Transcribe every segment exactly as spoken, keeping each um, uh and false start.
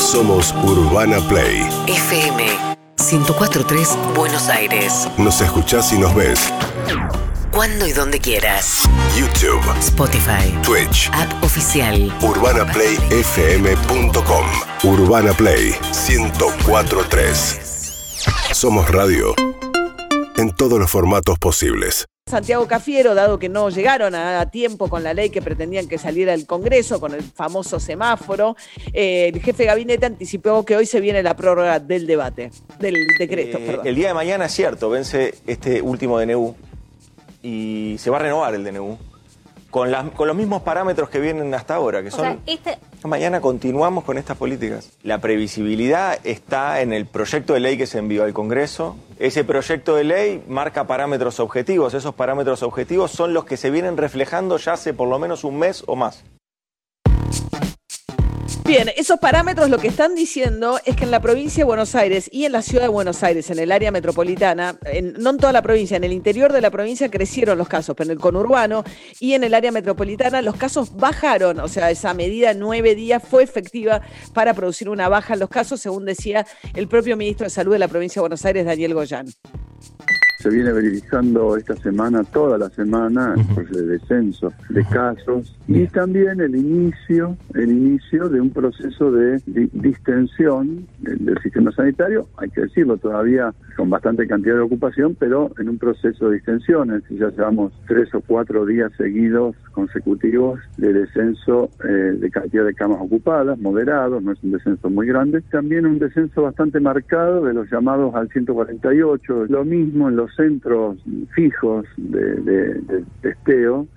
Somos Urbana Play. F M ciento cuatro punto tres Buenos Aires. Nos escuchás y nos ves. Cuando y donde quieras. YouTube, Spotify, Twitch, app oficial. urbana play f m punto com. Urbana Play ciento cuatro punto tres. Somos radio en todos los formatos posibles. Santiago Cafiero, dado que no llegaron a, a tiempo con la ley que pretendían que saliera del Congreso, con el famoso semáforo, eh, el jefe de gabinete anticipó que hoy se viene la prórroga del debate, del decreto. Eh, perdón. El día de mañana es cierto, vence este último D N U y se va a renovar el D N U con, las, con los mismos parámetros que vienen hasta ahora, que O son... sea, este... Mañana continuamos con estas políticas. La previsibilidad está en el proyecto de ley que se envió al Congreso. Ese proyecto de ley marca parámetros objetivos. Esos parámetros objetivos son los que se vienen reflejando ya hace por lo menos un mes o más. Bien, esos parámetros lo que están diciendo es que en la provincia de Buenos Aires y en la ciudad de Buenos Aires, en el área metropolitana, en, no en toda la provincia, en el interior de la provincia crecieron los casos, pero en el conurbano y en el área metropolitana los casos bajaron, o sea, esa medida nueve días fue efectiva para producir una baja en los casos, según decía el propio ministro de Salud de la provincia de Buenos Aires, Daniel Goyán. Se viene verificando esta semana, toda la semana, pues, el descenso de casos y también el inicio, el inicio de un proceso de di- distensión del, del sistema sanitario, hay que decirlo, todavía con bastante cantidad de ocupación, pero en un proceso de distensión, es decir, ya llevamos tres o cuatro días seguidos consecutivos de descenso eh, de cantidad de camas ocupadas, moderados, no es un descenso muy grande, también un descenso bastante marcado de los llamados al ciento cuarenta y ocho, lo mismo en los centros fijos de, de, de testeo.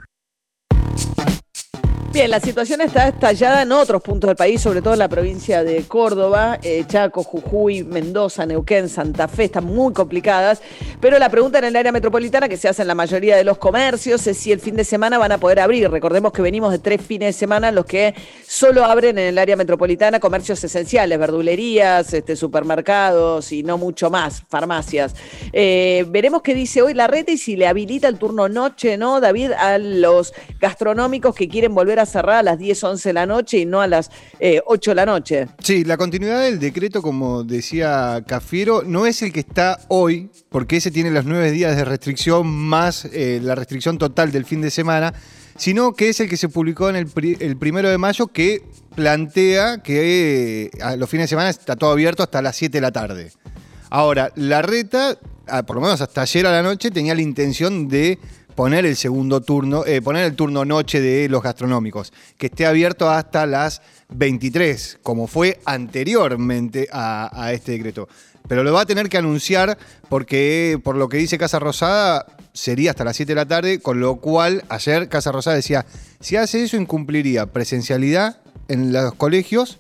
Bien, la situación está estallada en otros puntos del país, sobre todo en la provincia de Córdoba, eh, Chaco, Jujuy, Mendoza, Neuquén, Santa Fe, están muy complicadas, pero la pregunta en el área metropolitana que se hace en la mayoría de los comercios es si el fin de semana van a poder abrir. Recordemos que venimos de tres fines de semana en los que solo abren en el área metropolitana comercios esenciales, verdulerías, este, supermercados y no mucho más, farmacias. Eh, veremos qué dice hoy Larreta y si le habilita el turno noche, ¿no, David? A los gastronómicos que quieren volver a cerrar a las diez, once de la noche y no a las eh, ocho de la noche. Sí, la continuidad del decreto, como decía Cafiero, no es el que está hoy, porque ese tiene los nueve días de restricción más eh, la restricción total del fin de semana, sino que es el que se publicó en el, pri- el primero de mayo, que plantea que eh, a los fines de semana está todo abierto hasta las siete de la tarde. Ahora, Larreta, ah, por lo menos hasta ayer a la noche, tenía la intención de poner el segundo turno, eh, poner el turno noche de los gastronómicos, que esté abierto hasta las veintitrés, como fue anteriormente a, a este decreto. Pero lo va a tener que anunciar porque, por lo que dice Casa Rosada, sería hasta las siete de la tarde, con lo cual ayer Casa Rosada decía, si hace eso incumpliría presencialidad en los colegios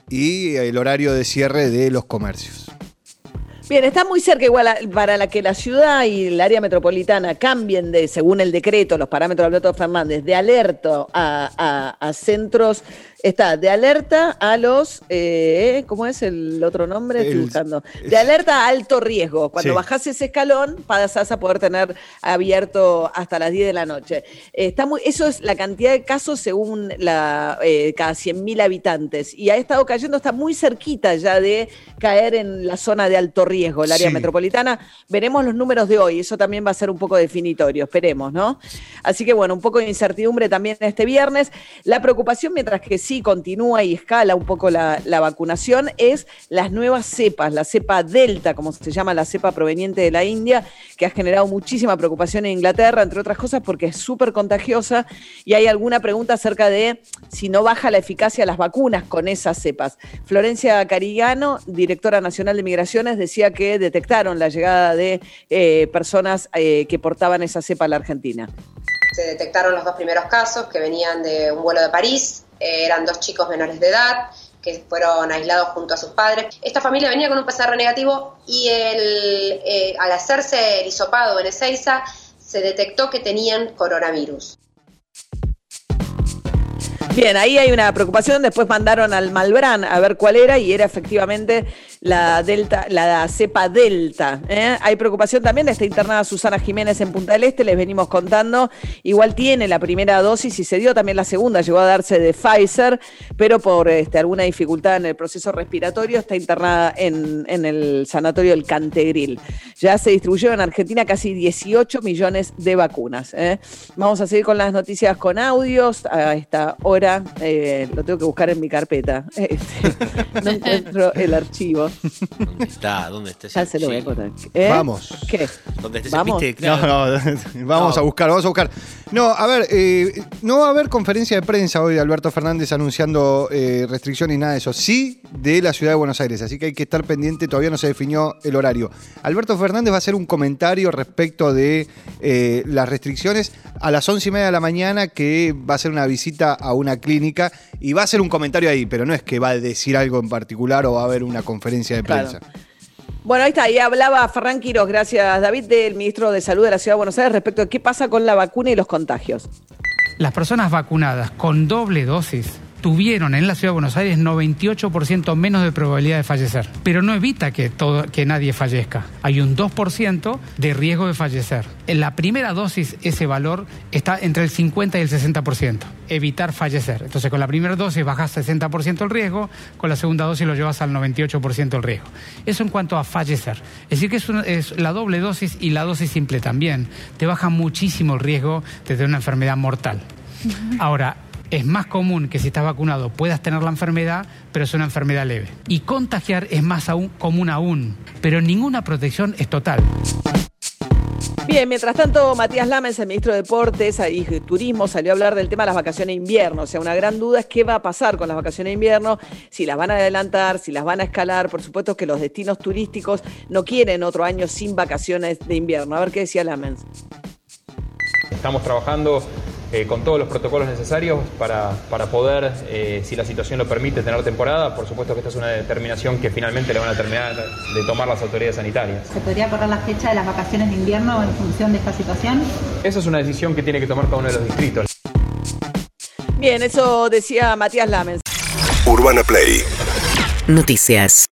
y el horario de cierre de los comercios. Bien, está muy cerca igual a, para la que la ciudad y el área metropolitana cambien de, según el decreto, los parámetros de Alberto Fernández, de alerta a, a, a centros, está de alerta a los, eh, ¿cómo es el otro nombre? Estoy El- buscando. De alerta a alto riesgo. Cuando Sí. bajás ese escalón, pasás a poder tener abierto hasta las diez de la noche. Eh, está muy, eso es la cantidad de casos según la, eh, cada cien mil habitantes. Y ha estado cayendo, está muy cerquita ya de caer en la zona de alto riesgo, el área Sí. metropolitana. Veremos los números de hoy, eso también va a ser un poco definitorio, esperemos, ¿no? Así que bueno, un poco de incertidumbre también este viernes. La preocupación, mientras que sí continúa y escala un poco la, la vacunación, es las nuevas cepas, la cepa Delta, como se llama la cepa proveniente de la India, que ha generado muchísima preocupación en Inglaterra, entre otras cosas porque es súper contagiosa y hay alguna pregunta acerca de si no baja la eficacia de las vacunas con esas cepas. Florencia Carigano, directora nacional de Migraciones, decía que detectaron la llegada de eh, personas eh, que portaban esa cepa a la Argentina. Se detectaron los dos primeros casos que venían de un vuelo de París, eh, eran dos chicos menores de edad que fueron aislados junto a sus padres. Esta familia venía con un P C R negativo y el, eh, al hacerse el hisopado en Ezeiza se detectó que tenían coronavirus. Bien, ahí hay una preocupación. Después mandaron al Malbrán a ver cuál era y era efectivamente la delta, la cepa delta. ¿eh? Hay preocupación también. Está internada Susana Jiménez en Punta del Este, les venimos contando. Igual tiene la primera dosis y se dio también la segunda, llegó a darse de Pfizer, pero por este, alguna dificultad en el proceso respiratorio está internada en, en el sanatorio del Cantegril. Ya se distribuyó en Argentina casi dieciocho millones de vacunas. ¿eh? Vamos a seguir con las noticias con audios a esta hora. Eh, lo tengo que buscar en mi carpeta. Este, no encuentro el archivo. ¿Dónde está? ¿Dónde está ese Ya se lo voy a archivo? contar. ¿Eh? Vamos. ¿Qué? ¿Dónde está ese ¿Vamos? piste? No, Claro. no, vamos No. a buscar, vamos a buscar. No, a ver, eh, no va a haber conferencia de prensa hoy de Alberto Fernández anunciando eh, restricciones y nada de eso. Sí, de la ciudad de Buenos Aires, así que hay que estar pendiente, todavía no se definió el horario. Alberto Fernández va a hacer un comentario respecto de eh, las restricciones a las once y media de la mañana, que va a hacer una visita a una clínica y va a hacer un comentario ahí, pero no es que va a decir algo en particular o va a haber una conferencia de prensa. Claro. Bueno, ahí está, ahí hablaba Ferran Quiroz, gracias David, del ministro de Salud de la Ciudad de Buenos Aires respecto a qué pasa con la vacuna y los contagios. Las personas vacunadas con doble dosis tuvieron en la Ciudad de Buenos Aires noventa y ocho por ciento menos de probabilidad de fallecer. Pero no evita que, todo, que nadie fallezca. Hay un dos por ciento de riesgo de fallecer. En la primera dosis ese valor está entre el cincuenta y el sesenta por ciento. Evitar fallecer. Entonces con la primera dosis bajas sesenta por ciento el riesgo, con la segunda dosis lo llevas al noventa y ocho por ciento el riesgo. Eso en cuanto a fallecer. Es decir que es, una, es la doble dosis y la dosis simple también. Te baja muchísimo el riesgo de tener una enfermedad mortal. Ahora, es más común que si estás vacunado puedas tener la enfermedad, pero es una enfermedad leve. Y contagiar es más aún, común aún, pero ninguna protección es total. Bien, mientras tanto, Matías Lamens, el ministro de Deportes y Turismo, salió a hablar del tema de las vacaciones de invierno. O sea, una gran duda es qué va a pasar con las vacaciones de invierno, si las van a adelantar, si las van a escalar. Por supuesto que los destinos turísticos no quieren otro año sin vacaciones de invierno. A ver qué decía Lamens. Estamos trabajando eh, con todos los protocolos necesarios para, para poder, eh, si la situación lo permite, tener temporada. Por supuesto que esta es una determinación que finalmente le van a terminar de tomar las autoridades sanitarias. ¿Se podría correr la fecha de las vacaciones de invierno en función de esta situación? Esa es una decisión que tiene que tomar cada uno de los distritos. Bien, eso decía Matías Lamens. Urbana Play. Noticias.